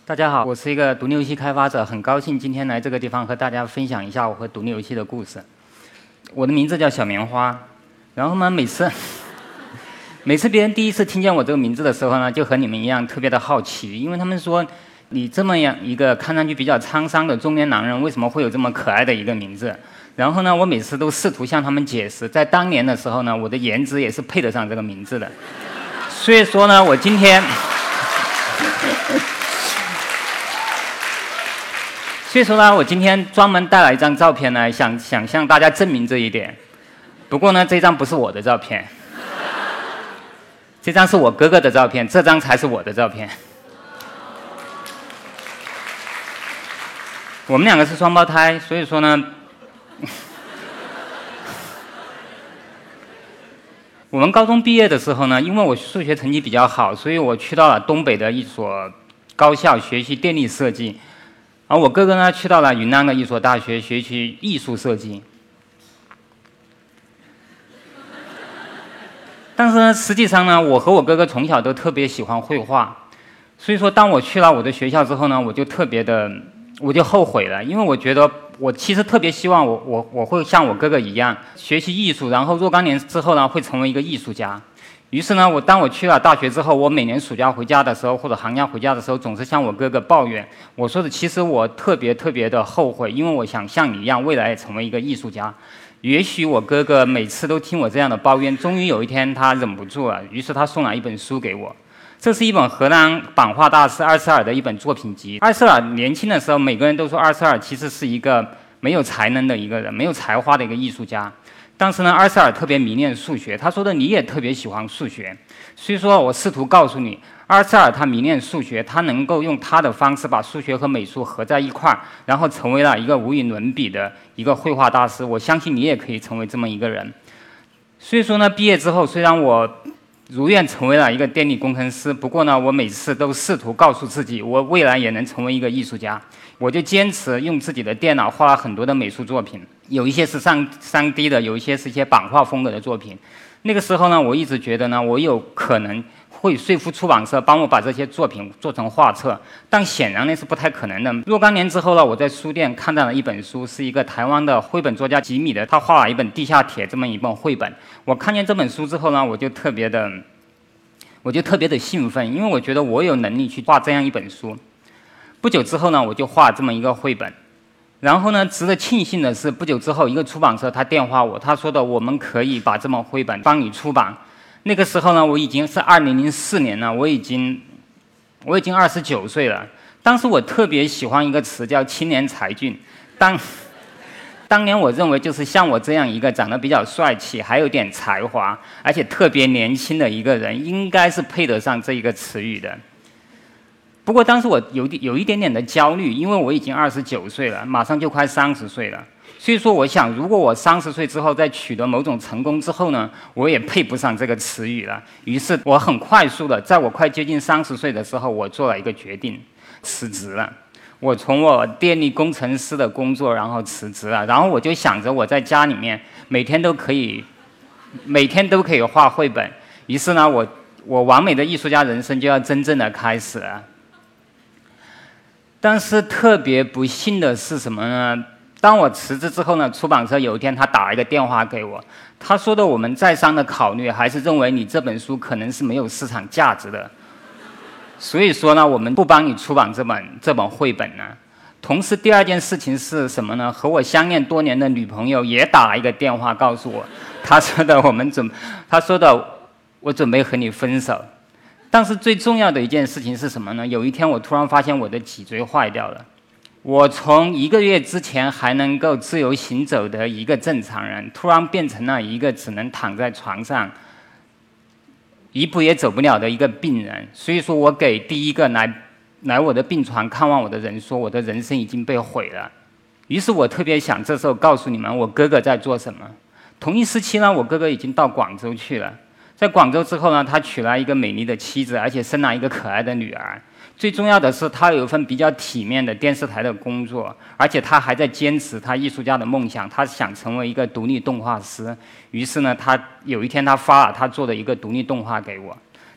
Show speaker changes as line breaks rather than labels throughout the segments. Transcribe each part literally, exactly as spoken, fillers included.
大家好，我是一个独立游戏开发者，很高兴今天来这个地方和大家分享一下我和独立游戏的故事。我的名字叫小棉花，然后呢，每次每次别人第一次听见我这个名字的时候呢，就和你们一样特别的好奇，因为他们说你这么样一个看上去比较沧桑的中年男人，为什么会有这么可爱的一个名字？然后呢，我每次都试图向他们解释，在当年的时候呢，我的颜值也是配得上这个名字的。所以说呢，我今天。所以说呢，我今天专门带来一张照片呢，想想向大家证明这一点。不过呢，这张不是我的照片，这张是我哥哥的照片，这张才是我的照片。我们两个是双胞胎，所以说呢，我们高中毕业的时候呢，因为我数学成绩比较好，所以我去到了东北的一所高校学习电力设计。而我哥哥呢，去到了云南的一所大学学习艺术设计。但是呢，实际上呢，我和我哥哥从小都特别喜欢绘画，所以说当我去了我的学校之后呢，我就特别的，我就后悔了，因为我觉得我其实特别希望我我我会像我哥哥一样学习艺术，然后若干年之后呢，会成为一个艺术家。于是呢，我当我去了大学之后，我每年暑假回家的时候，或者寒假回家的时候，总是向我哥哥抱怨。我说的，其实我特别特别的后悔，因为我想像你一样，未来也成为一个艺术家。也许我哥哥每次都听我这样的抱怨，终于有一天他忍不住了，于是他送了一本书给我。这是一本荷兰版画大师阿瑟尔的一本作品集。阿瑟尔年轻的时候，每个人都说阿瑟尔其实是一个没有才能的一个人，没有才华的一个艺术家。当时呢，阿瑟尔特别迷恋数学，他说的你也特别喜欢数学，所以说我试图告诉你，阿瑟尔他迷恋数学，他能够用他的方式把数学和美术合在一块儿，然后成为了一个无与伦比的一个绘画大师。我相信你也可以成为这么一个人。所以说呢，毕业之后虽然我如愿成为了一个电力工程师，不过呢，我每次都试图告诉自己，我未来也能成为一个艺术家。我就坚持用自己的电脑画了很多的美术作品，有一些是上 三 D 的，有一些是一些版画风格的作品。那个时候呢，我一直觉得呢，我有可能会说服出版社帮我把这些作品做成画册，但显然那是不太可能的。若干年之后呢，我在书店看到了一本书，是一个台湾的绘本作家吉米的，他画了一本《地下铁》这么一本绘本。我看见这本书之后呢，我就特别的，我就特别的兴奋，因为我觉得我有能力去画这样一本书。不久之后呢，我就画这么一个绘本。然后呢，值得庆幸的是，不久之后，一个出版社他电话我，他说的我们可以把这本绘本帮你出版。那个时候呢，我已经是二零零四年了，我已经我已经二十九岁了。当时我特别喜欢一个词叫青年才俊。当当年我认为就是像我这样一个长得比较帅气，还有点才华，而且特别年轻的一个人，应该是配得上这一个词语的。不过当时我有有一点点的焦虑，因为我已经二十九岁了，马上就快三十岁了。所以说，我想，如果我三十岁之后再取得某种成功之后呢，我也配不上这个词语了。于是，我很快速的，在我快接近三十岁的时候，我做了一个决定，辞职了。我从我电力工程师的工作，然后辞职了。然后我就想着，我在家里面每天都可以，每天都可以画绘本。于是呢，我我完美的艺术家人生就要真正的开始了。但是特别不幸的是什么呢？当我辞职之后呢，出版社有一天他打了一个电话给我，他说的我们再三的考虑，还是认为你这本书可能是没有市场价值的，所以说呢，我们不帮你出版这本这本绘本呢。同时，第二件事情是什么呢？和我相恋多年的女朋友也打了一个电话告诉我，他说的我们准，他说的我准备和你分手。但是最重要的一件事情是什么呢？有一天我突然发现我的脊椎坏掉了。我从一个月之前还能够自由行走的一个正常人，突然变成了一个只能躺在床上，一步也走不了的一个病人。所以说我给第一个来来我的病床看望我的人说，我的人生已经被毁了。于是我特别想这时候告诉你们，我哥哥在做什么。同一时期呢，我哥哥已经到广州去了。在广州之后呢，他娶了一个美丽的妻子，而且生了一个可爱的女儿。最重要的是，他有一份比较体面的电视台的工作，而且他还在坚持他艺术家的梦想，他想成为一个独立动画师。于是呢，他有一天他发了他做的一个独立动画给我。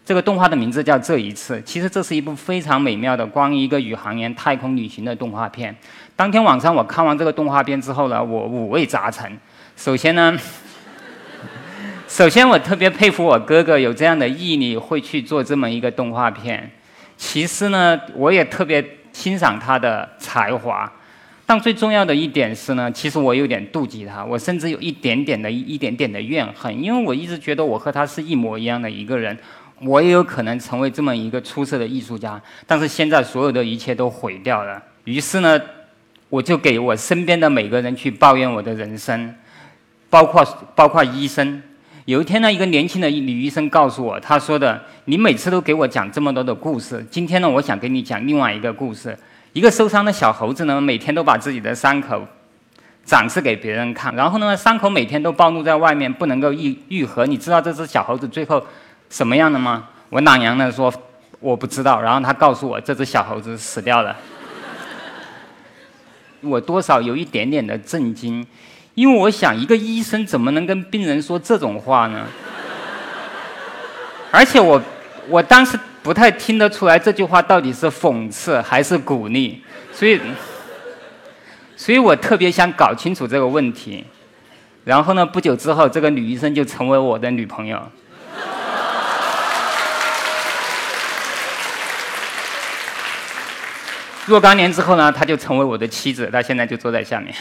这个动画的名字叫《这一次》，其实这是一部非常美妙的关于一个宇航员太空旅行的动画片。当天晚上我看完这个动画片之后呢，我五味杂陈。首先呢，首先我特别佩服我哥哥有这样的毅力，会去做这么一个动画片。其次呢，我也特别欣赏他的才华。但最重要的一点是呢，其实我有点妒忌他，我甚至有一点点的一点点的怨恨，因为我一直觉得我和他是一模一样的一个人。我也有可能成为这么一个出色的艺术家，但是现在所有的一切都毁掉了。于是呢，我就给我身边的每个人去抱怨我的人生，包括包括医生。有一天呢，一个年轻的女医生告诉我，她说的：“你每次都给我讲这么多的故事，今天呢，我想给你讲另外一个故事。一个受伤的小猴子呢，每天都把自己的伤口展示给别人看，然后呢，伤口每天都暴露在外面，不能够愈愈合。你知道这只小猴子最后什么样的吗？”我懒洋的说我不知道，然后他告诉我这只小猴子死掉了。我多少有一点点的震惊，因为我想一个医生怎么能跟病人说这种话呢？而且我我当时不太听得出来这句话到底是讽刺还是鼓励，所以所以我特别想搞清楚这个问题。然后呢，不久之后，这个女医生就成为我的女朋友。若干年之后呢，她就成为我的妻子，她现在就坐在下面。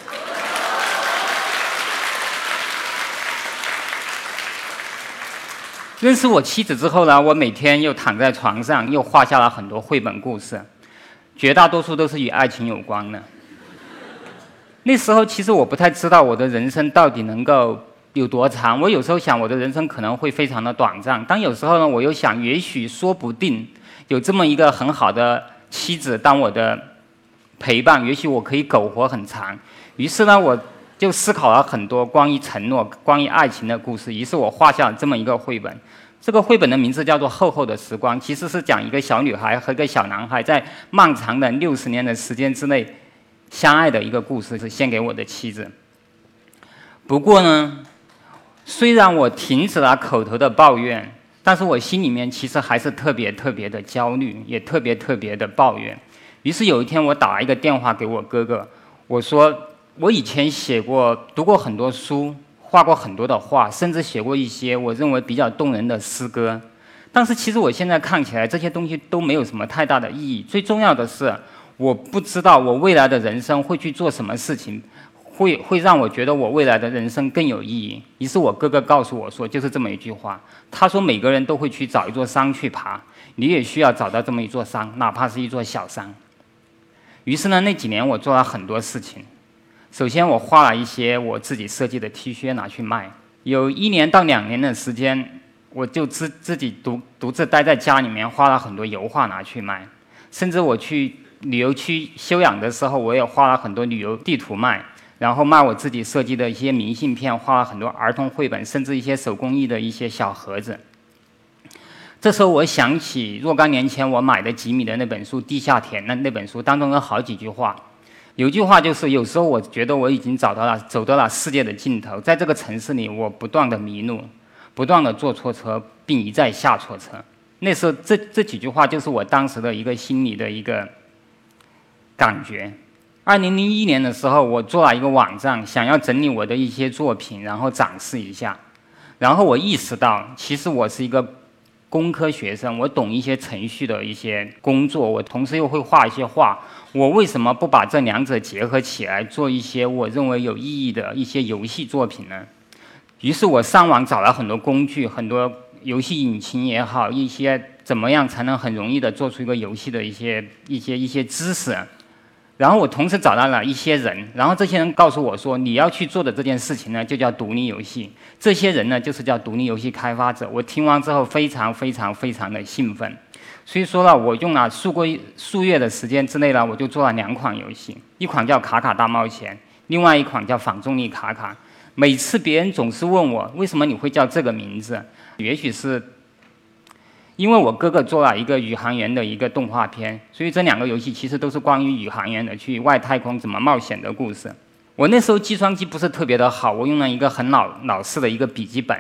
认识我妻子之后呢，我每天又躺在床上，又画下了很多绘本故事，绝大多数都是与爱情有关的。那时候其实我不太知道我的人生到底能够有多长，我有时候想我的人生可能会非常的短暂，但有时候呢，我又想也许说不定有这么一个很好的妻子当我的陪伴，也许我可以苟活很长。于是呢，我就思考了很多关于承诺、关于爱情的故事。于是我画下了这么一个绘本。这个绘本的名字叫做《厚厚的时光》，其实是讲一个小女孩和一个小男孩在漫长的六十年的时间之内相爱的一个故事，是献给我的妻子。不过呢，虽然我停止了口头的抱怨，但是我心里面其实还是特别特别的焦虑，也特别特别的抱怨。于是有一天，我打了一个电话给我哥哥，我说我以前写过、读过很多书，画过很多的画，甚至写过一些我认为比较动人的诗歌。但是其实我现在看起来，这些东西都没有什么太大的意义。最重要的是，我不知道我未来的人生会去做什么事情，会会让我觉得我未来的人生更有意义。于是我哥哥告诉我说，就是这么一句话。他说每个人都会去找一座山去爬，你也需要找到这么一座山，哪怕是一座小山。于是呢，那几年我做了很多事情。首先，我画了一些我自己设计的 T 恤拿去卖。有一年到两年的时间，我就自自己独独自待在家里面，画了很多油画拿去卖。甚至我去旅游区休养的时候，我也画了很多旅游地图卖，然后卖我自己设计的一些明信片，画了很多儿童绘本，甚至一些手工艺的一些小盒子。这时候我想起若干年前我买的吉米的那本书《地下田》那那本书当中有好几句话。有一句话就是，有时候我觉得我已经找到了走到了世界的尽头，在这个城市里，我不断的迷路，不断的坐错车，并一再下错车。那时候这这几句话就是我当时的一个心里的一个感觉。二零零一年的时候，我做了一个网站，想要整理我的一些作品，然后展示一下。然后我意识到，其实我是一个工科学生，我懂一些程序的一些工作，我同时又会画一些画。我为什么不把这两者结合起来，做一些我认为有意义的一些游戏作品呢？于是我上网找了很多工具，很多游戏引擎也好，一些怎么样才能很容易的做出一个游戏的一些一些一些知识。然后我同时找到了一些人，然后这些人告诉我说，你要去做的这件事情呢，就叫独立游戏。这些人呢，就是叫独立游戏开发者。我听完之后非常非常非常的兴奋。所以说呢，我用了数个数月的时间之内呢，我就做了两款游戏，一款叫《卡卡大冒险》，另外一款叫《反重力卡卡》。每次别人总是问我，为什么你会叫这个名字？也许是因为我哥哥做了一个宇航员的一个动画片，所以这两个游戏其实都是关于宇航员的去外太空怎么冒险的故事。我那时候计算机不是特别的好，我用了一个很老老式的一个笔记本。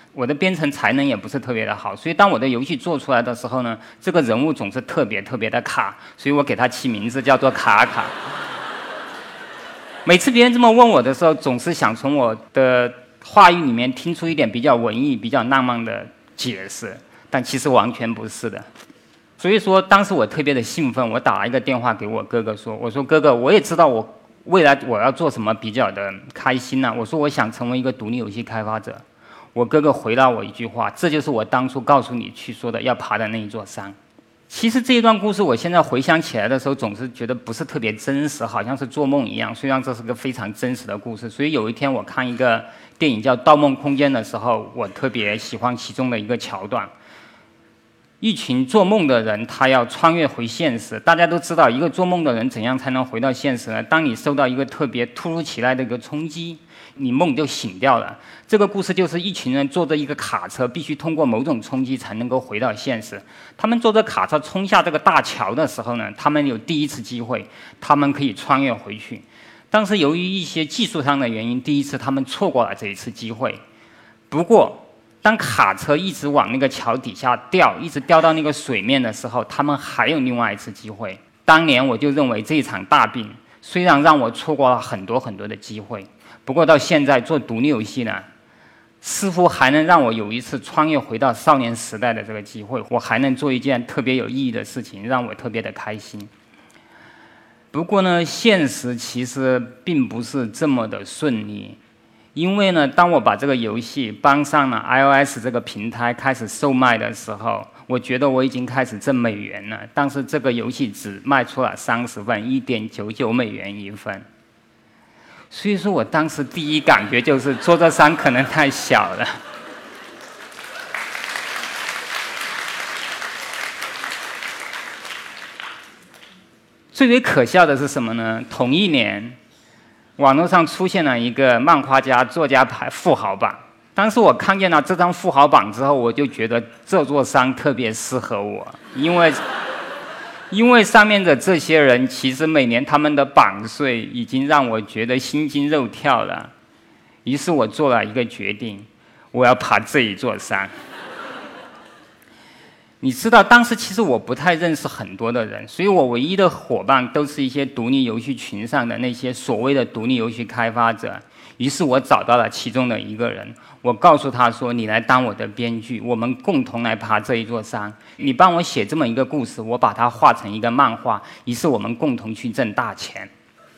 我的编程才能也不是特别的好，所以当我的游戏做出来的时候呢，这个人物总是特别特别的卡，所以我给他起名字叫做卡卡。每次别人这么问我的时候，总是想从我的话语里面听出一点比较文艺、比较浪漫的解释，但其实完全不是的。所以说，当时我特别的兴奋，我打了一个电话给我哥哥说：“我说哥哥，我也知道我未来我要做什么比较的开心呢、啊。我说我想成为一个独立游戏开发者。”我哥哥回答我一句话：“这就是我当初告诉你去说的要爬的那一座山。”其实这一段故事，我现在回想起来的时候，总是觉得不是特别真实，好像是做梦一样。虽然这是个非常真实的故事，所以有一天我看一个电影叫《盗梦空间》的时候，我特别喜欢其中的一个桥段。一群做梦的人，他要穿越回现实。大家都知道，一个做梦的人怎样才能回到现实呢？当你受到一个特别突如其来的一个冲击，你梦就醒掉了。这个故事就是一群人坐着一个卡车，必须通过某种冲击才能够回到现实。他们坐着卡车冲下这个大桥的时候呢，他们有第一次机会，他们可以穿越回去。但是由于一些技术上的原因，第一次他们错过了这一次机会。不过，当卡车一直往那个桥底下掉，一直掉到那个水面的时候，他们还有另外一次机会。当年我就认为这一场大病虽然让我错过了很多很多的机会，不过到现在做独立游戏呢，似乎还能让我有一次穿越回到少年时代的这个机会，我还能做一件特别有意义的事情，让我特别的开心。不过呢，现实其实并不是这么的顺利。因为呢，当我把这个游戏搬上了 iOS 这个平台开始售卖的时候，我觉得我已经开始挣美元了。但是这个游戏只卖出了三十份，一点九九美元一份。所以说我当时第一感觉就是做这山可能太小了。最为可笑的是什么呢？同一年，网络上出现了一个漫画家、作家牌富豪榜。当时我看见了这张富豪榜之后，我就觉得这座山特别适合我，因为因为上面的这些人，其实每年他们的榜税已经让我觉得心惊肉跳了。于是我做了一个决定，我要爬这一座山。你知道，当时其实我不太认识很多的人，所以我唯一的伙伴都是一些独立游戏群上的那些所谓的独立游戏开发者。于是我找到了其中的一个人，我告诉他说：“你来当我的编剧，我们共同来爬这一座山。你帮我写这么一个故事，我把它画成一个漫画，于是我们共同去挣大钱。”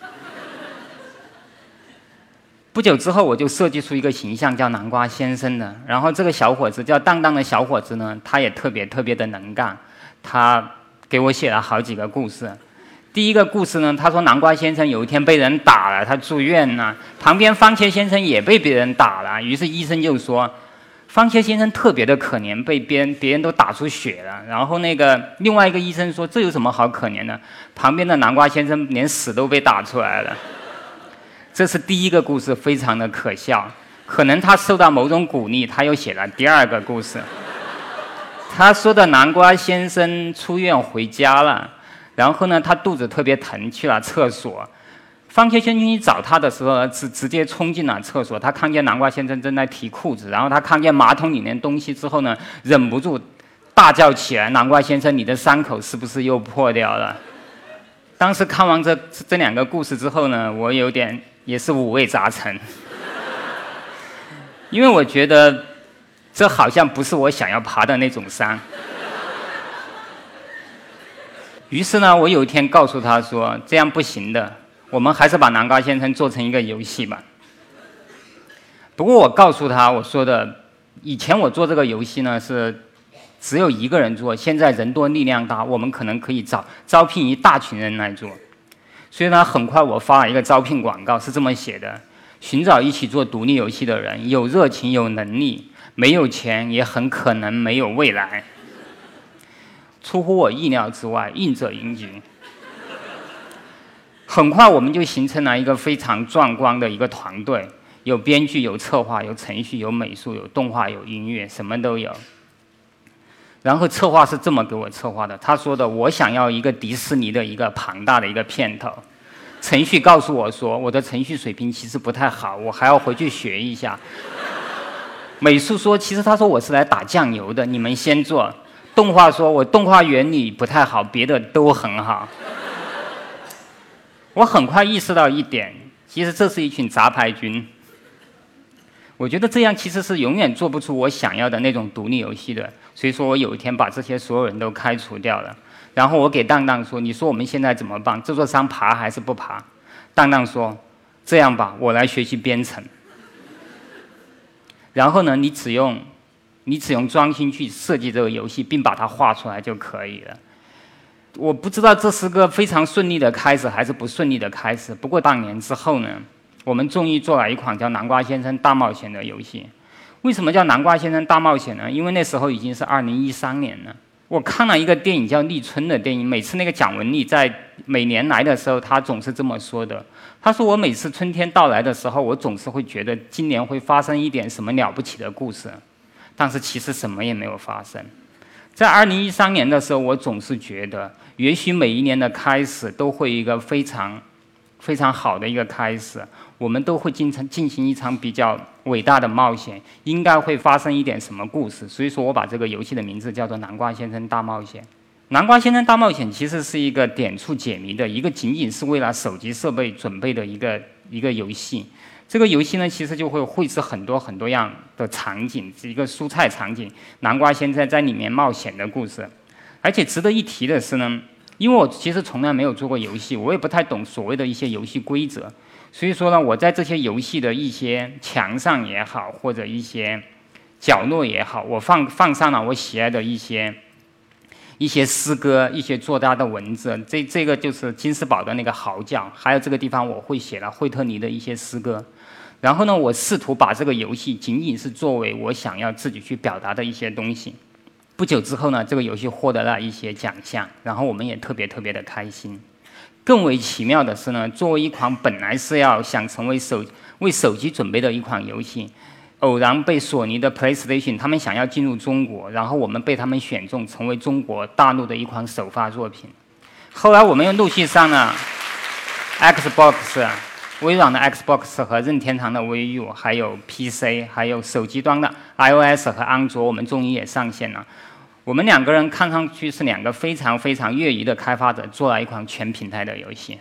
不久之后，我就设计出一个形象叫南瓜先生的。然后这个小伙子叫当当的小伙子呢，他也特别特别的能干，他给我写了好几个故事。第一个故事呢，他说南瓜先生有一天被人打了，他住院了。旁边番茄先生也被别人打了，于是医生就说，番茄先生特别的可怜，被别人别人都打出血了。然后那个另外一个医生说，这有什么好可怜的？旁边的南瓜先生连屎都被打出来了。这是第一个故事，非常的可笑。可能他受到某种鼓励，他又写了第二个故事。他说的南瓜先生出院回家了，然后呢，他肚子特别疼，去了厕所。番茄先生去找他的时候，直直接冲进了厕所。他看见南瓜先生正在提裤子，然后他看见马桶里面东西之后呢，忍不住大叫起来：“南瓜先生，你的伤口是不是又破掉了？”当时看完这这两个故事之后呢，我有点也是五味杂陈，因为我觉得这好像不是我想要爬的那种山。于是呢，我有一天告诉他说：“这样不行的，我们还是把南瓜先生做成一个游戏吧。”不过我告诉他，我说的，以前我做这个游戏呢是只有一个人做，现在人多力量大，我们可能可以招招聘一大群人来做。所以呢，很快我发了一个招聘广告，是这么写的：寻找一起做独立游戏的人，有热情有能力，没有钱也很可能没有未来。出乎我意料之外，应者应局。很快我们就形成了一个非常壮观的一个团队，有编剧，有策划，有程序，有美术，有动画，有音乐，什么都有。然后策划是这么给我策划的，他说的：“我想要一个迪士尼的一个庞大的一个片头。”程序告诉我说，我的程序水平其实不太好，我还要回去学一下。 美术说，其实他说我是来打酱油的，你们先做。动画说我动画原理不太好，别的都很好。我很快意识到一点，其实这是一群杂牌军。我觉得这样其实是永远做不出我想要的那种独立游戏的，所以说我有一天把这些所有人都开除掉了。然后我给当当说：“你说我们现在怎么办？这座山爬还是不爬？”当当说：“这样吧，我来学习编程。然后呢，你只用，你只用专心去设计这个游戏，并把它画出来就可以了。”我不知道这是个非常顺利的开始还是不顺利的开始。不过半年之后呢，我们终于做了一款叫《南瓜先生大冒险》的游戏。为什么叫《南瓜先生大冒险》呢？因为那时候已经是二零一三年了。我看了一个电影叫《立春》的电影，每次那个蒋雯丽在每年来的时候，她总是这么说的。她说：“我每次春天到来的时候，我总是会觉得今年会发生一点什么了不起的故事，但是其实什么也没有发生。”在二零一三年的时候，我总是觉得，也许每一年的开始都会一个非常、非常好的一个开始，我们都会进行进行一场比较伟大的冒险，应该会发生一点什么故事。所以说我把这个游戏的名字叫做《南瓜先生大冒险》。南瓜先生大冒险其实是一个点触解谜的一个仅仅是为了手机设备准备的一个一个游戏。这个游戏呢，其实就会绘制很多很多样的场景，是一个蔬菜场景，南瓜先生在里面冒险的故事。而且值得一提的是呢，因为我其实从来没有做过游戏，我也不太懂所谓的一些游戏规则，所以说呢，我在这些游戏的一些墙上也好，或者一些角落也好，我放放上了我喜爱的一些一些诗歌，一些作家的文字。这这个就是金斯堡的那个嚎叫，还有这个地方我会写了惠特尼的一些诗歌。然后呢，我试图把这个游戏仅仅是作为我想要自己去表达的一些东西。不久之后呢，这个游戏获得了一些奖项，然后我们也特别特别的开心。更为奇妙的是呢，作为一款本来是要想成为手为手机准备的一款游戏，偶然被索尼的 PlayStation 他们想要进入中国，然后我们被他们选中，成为中国大陆的一款首发作品。后来我们又陆续上了 Xbox。微软的 Xbox 和任天堂的 Wii U， 还有 P C， 还有手机端的 iOS 和安卓，我们终于也上线了。我们两个人看上去是两个非常非常业余的开发者，做了一款全平台的游戏。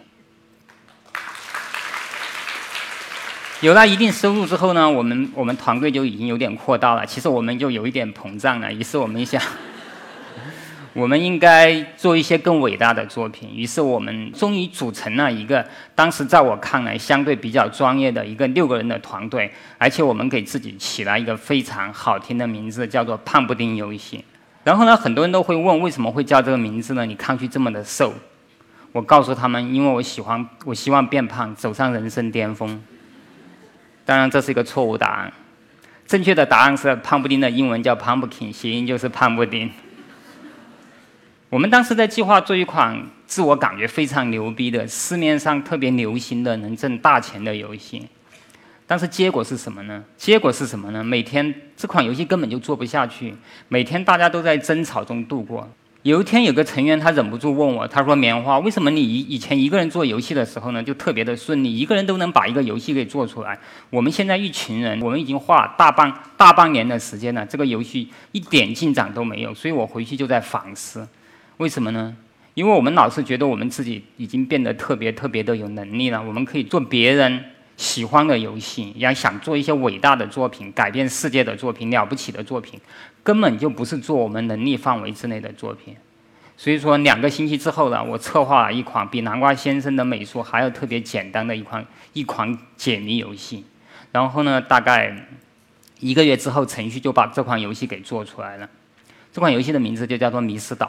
有了一定收入之后呢，我们我们团队就已经有点扩大了。其实我们就有一点膨胀了，于是我们想。我们应该做一些更伟大的作品，于是我们终于组成了一个当时在我看来相对比较专业的一个六个人的团队，而且我们给自己起了一个非常好听的名字，叫做胖布丁游戏。然后呢，很多人都会问为什么会叫这个名字呢？你看上去这么的瘦。我告诉他们，因为我喜欢，我希望变胖，走上人生巅峰。当然这是一个错误答案，正确的答案是胖布丁的英文叫 pumpkin， 谐音就是胖布丁。我们当时在计划做一款自我感觉非常牛逼的、市面上特别流行的、能挣大钱的游戏，但是结果是什么呢？结果是什么呢？每天这款游戏根本就做不下去，每天大家都在争吵中度过。有一天，有个成员他忍不住问我，他说：“棉花，为什么你以以前一个人做游戏的时候呢，就特别的顺利，一个人都能把一个游戏给做出来？我们现在一群人，我们已经花了大半大半年的时间了，这个游戏一点进展都没有。”所以我回去就在反思。为什么呢？因为我们老是觉得我们自己已经变得特别特别的有能力了，我们可以做别人喜欢的游戏，也想做一些伟大的作品、改变世界的作品、了不起的作品，根本就不是做我们能力范围之内的作品。所以说，两个星期之后呢，我策划了一款比南瓜先生的美术还要特别简单的一款一款解谜游戏。然后呢，大概一个月之后，程序就把这款游戏给做出来了。这款游戏的名字就叫做《迷失岛》。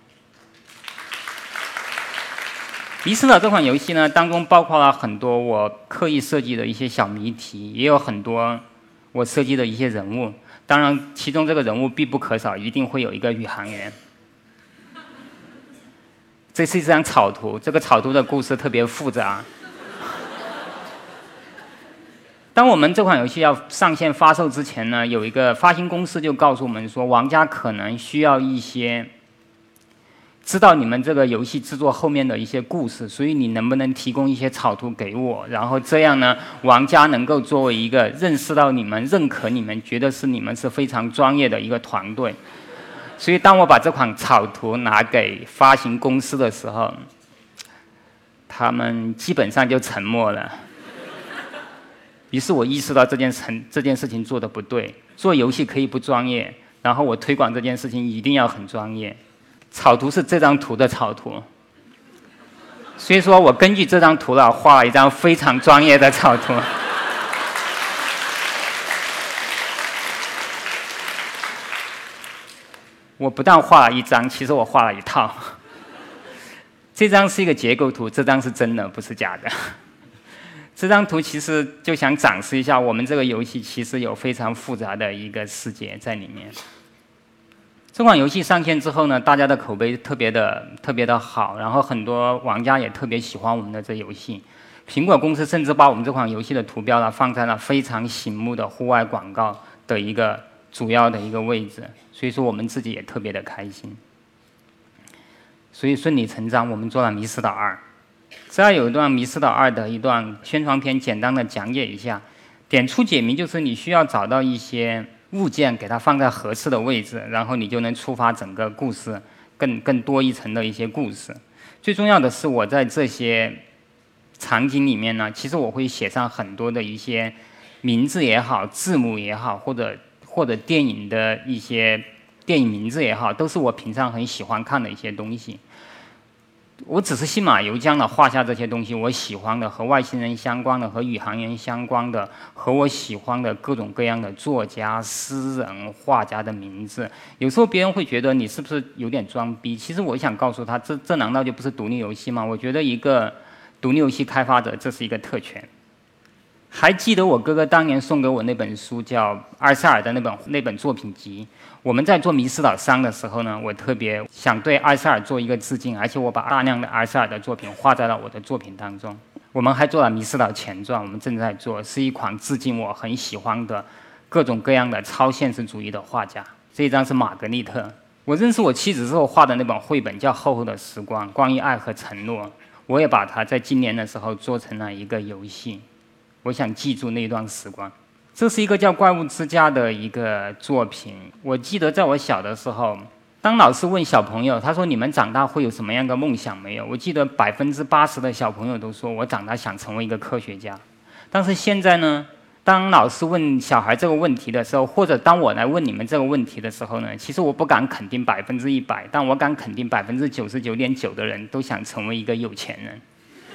迷失岛这款游戏呢，当中包括了很多我刻意设计的一些小谜题，也有很多我设计的一些人物。当然，其中这个人物必不可少，一定会有一个宇航员。这是一张草图，这个草图的故事特别复杂。当我们这款游戏要上线发售之前呢，有一个发行公司就告诉我们说，玩家可能需要一些知道你们这个游戏制作后面的一些故事，所以你能不能提供一些草图给我？然后这样呢，玩家能够作为一个认识到你们、认可你们、觉得是你们是非常专业的一个团队。所以当我把这款草图拿给发行公司的时候，他们基本上就沉默了。于是我意识到这件事这件事情做得不对，做游戏可以不专业，然后我推广这件事情一定要很专业。草图是这张图的草图，所以说我根据这张图呢，画了一张非常专业的草图。我不但画了一张，其实我画了一套。这张是一个结构图，这张是真的，不是假的。这张图其实就想展示一下，我们这个游戏其实有非常复杂的一个世界在里面。这款游戏上线之后呢，大家的口碑特别的特别的好，然后很多玩家也特别喜欢我们的这游戏。苹果公司甚至把我们这款游戏的图标呢放在了非常醒目的户外广告的一个主要的一个位置，所以说我们自己也特别的开心。所以顺理成章，我们做了《迷失岛二》。这儿有一段《迷失岛二》的一段宣传片，简单的讲解一下。点出解谜就是你需要找到一些物件，给它放在合适的位置，然后你就能触发整个故事更更多一层的一些故事。最重要的是，我在这些场景里面呢，其实我会写上很多的一些名字也好、字母也好，或者或者电影的一些电影名字也好，都是我平常很喜欢看的一些东西。我只是信马由缰的画下这些东西，我喜欢的和外星人相关的、和宇航员相关的、和我喜欢的各种各样的作家、诗人、画家的名字。有时候别人会觉得你是不是有点装逼？其实我想告诉他，这这难道就不是独立游戏吗？我觉得一个独立游戏开发者，这是一个特权。还记得我哥哥当年送给我那本书，叫阿塞尔的那本那本作品集。我们在做《迷失岛三》的时候呢，我特别想对阿塞尔做一个致敬，而且我把大量的阿塞尔的作品画在了我的作品当中。我们还做了《迷失岛前传》，我们正在做，是一款致敬我很喜欢的各种各样的超现实主义的画家。这一张是玛格丽特。我认识我妻子之后画的那本绘本叫《厚厚的时光》，关于爱和承诺。我也把它在今年的时候做成了一个游戏。我想记住那段时光。这是一个叫《怪物之家》的一个作品。我记得在我小的时候，当老师问小朋友，他说你们长大会有什么样的梦想没有？我记得百分之八十的小朋友都说我长大想成为一个科学家。但是现在呢，当老师问小孩这个问题的时候，或者当我来问你们这个问题的时候呢，其实我不敢肯定百分之一百，但我敢肯定百分之九十九点九的人都想成为一个有钱人。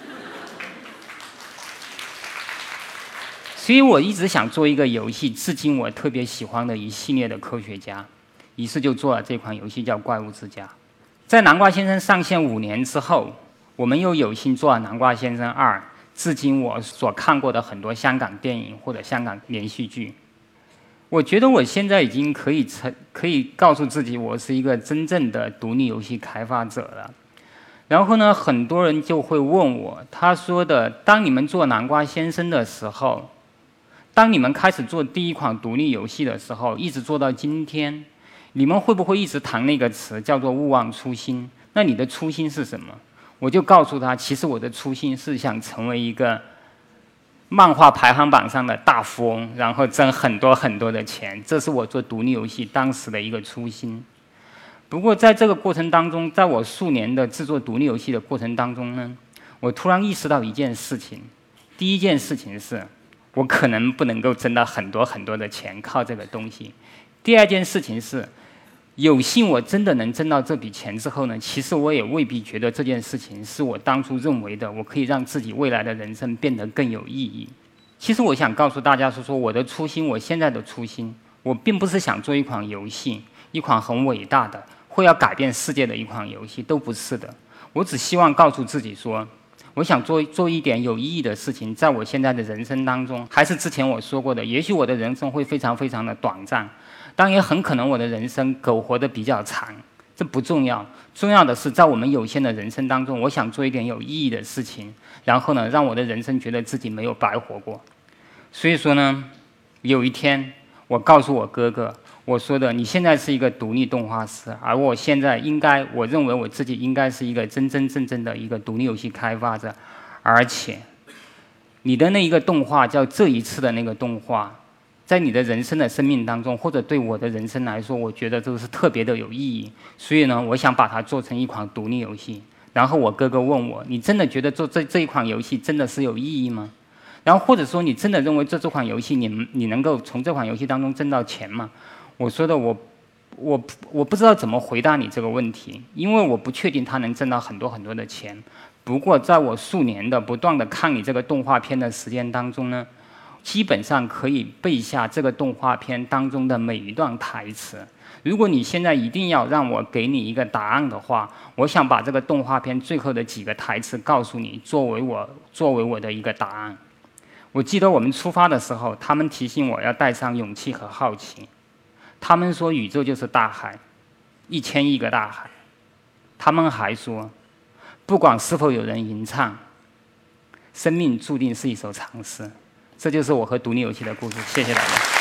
所以我一直想做一个游戏，致敬我特别喜欢的一系列的科学家，于是就做了这款游戏叫《怪物之家》。在南瓜先生上线五年之后，我们又有幸做了《南瓜先生二》，致敬我所看过的很多香港电影或者香港连续剧。我觉得我现在已经可以成，可以告诉自己，我是一个真正的独立游戏开发者了。然后呢，很多人就会问我，他说的，当你们做南瓜先生的时候，当你们开始做第一款独立游戏的时候，一直做到今天，你们会不会一直谈那个词叫做勿忘初心？那你的初心是什么？我就告诉他，其实我的初心是想成为一个漫画排行榜上的大富翁，然后挣很多很多的钱，这是我做独立游戏当时的一个初心。不过在这个过程当中，在我数年的制作独立游戏的过程当中呢，我突然意识到一件事情。第一件事情是，我可能不能够挣到很多很多的钱，靠这个东西。第二件事情是，有幸我真的能挣到这笔钱之后呢，其实我也未必觉得这件事情是我当初认为的，我可以让自己未来的人生变得更有意义。其实我想告诉大家是说，我的初心，我现在的初心，我并不是想做一款游戏，一款很伟大的，会要改变世界的一款游戏，都不是的。我只希望告诉自己说，我想做做一点有意义的事情，在我现在的人生当中，还是之前我说过的，也许我的人生会非常非常的短暂，当然也很可能我的人生苟活得比较长，这不重要，重要的是在我们有限的人生当中，我想做一点有意义的事情，然后呢，让我的人生觉得自己没有白活过。所以说呢，有一天我告诉我哥哥， 我说的，你现在是一个独立动画师，而我现在应该，我认为我自己应该是一个真真正正的一个独立游戏开发者，而且，你的那一个动画叫这一次的那个动画，在你的人生的生命当中，或者对我的人生来说，我觉得这个是特别的有意义。所以呢，我想把它做成一款独立游戏。然后我哥哥问我：“你真的觉得做这这一款游戏真的是有意义吗？然后或者说你真的认为做这款游戏你你能够从这款游戏当中挣到钱吗？”我说的我我我不知道怎么回答你这个问题，因为我不确定它能挣到很多很多的钱。不过在我数年的不断的看你这个动画片的时间当中呢，基本上可以背下这个动画片当中的每一段台词。如果你现在一定要让我给你一个答案的话，我想把这个动画片最后的几个台词告诉你，作为我作为我的一个答案。我记得我们出发的时候，他们提醒我要带上勇气和好奇。他们说宇宙就是大海，一千亿个大海。他们还说，不管是否有人吟唱，生命注定是一首长诗。这就是我和独立游戏的故事。谢谢大家。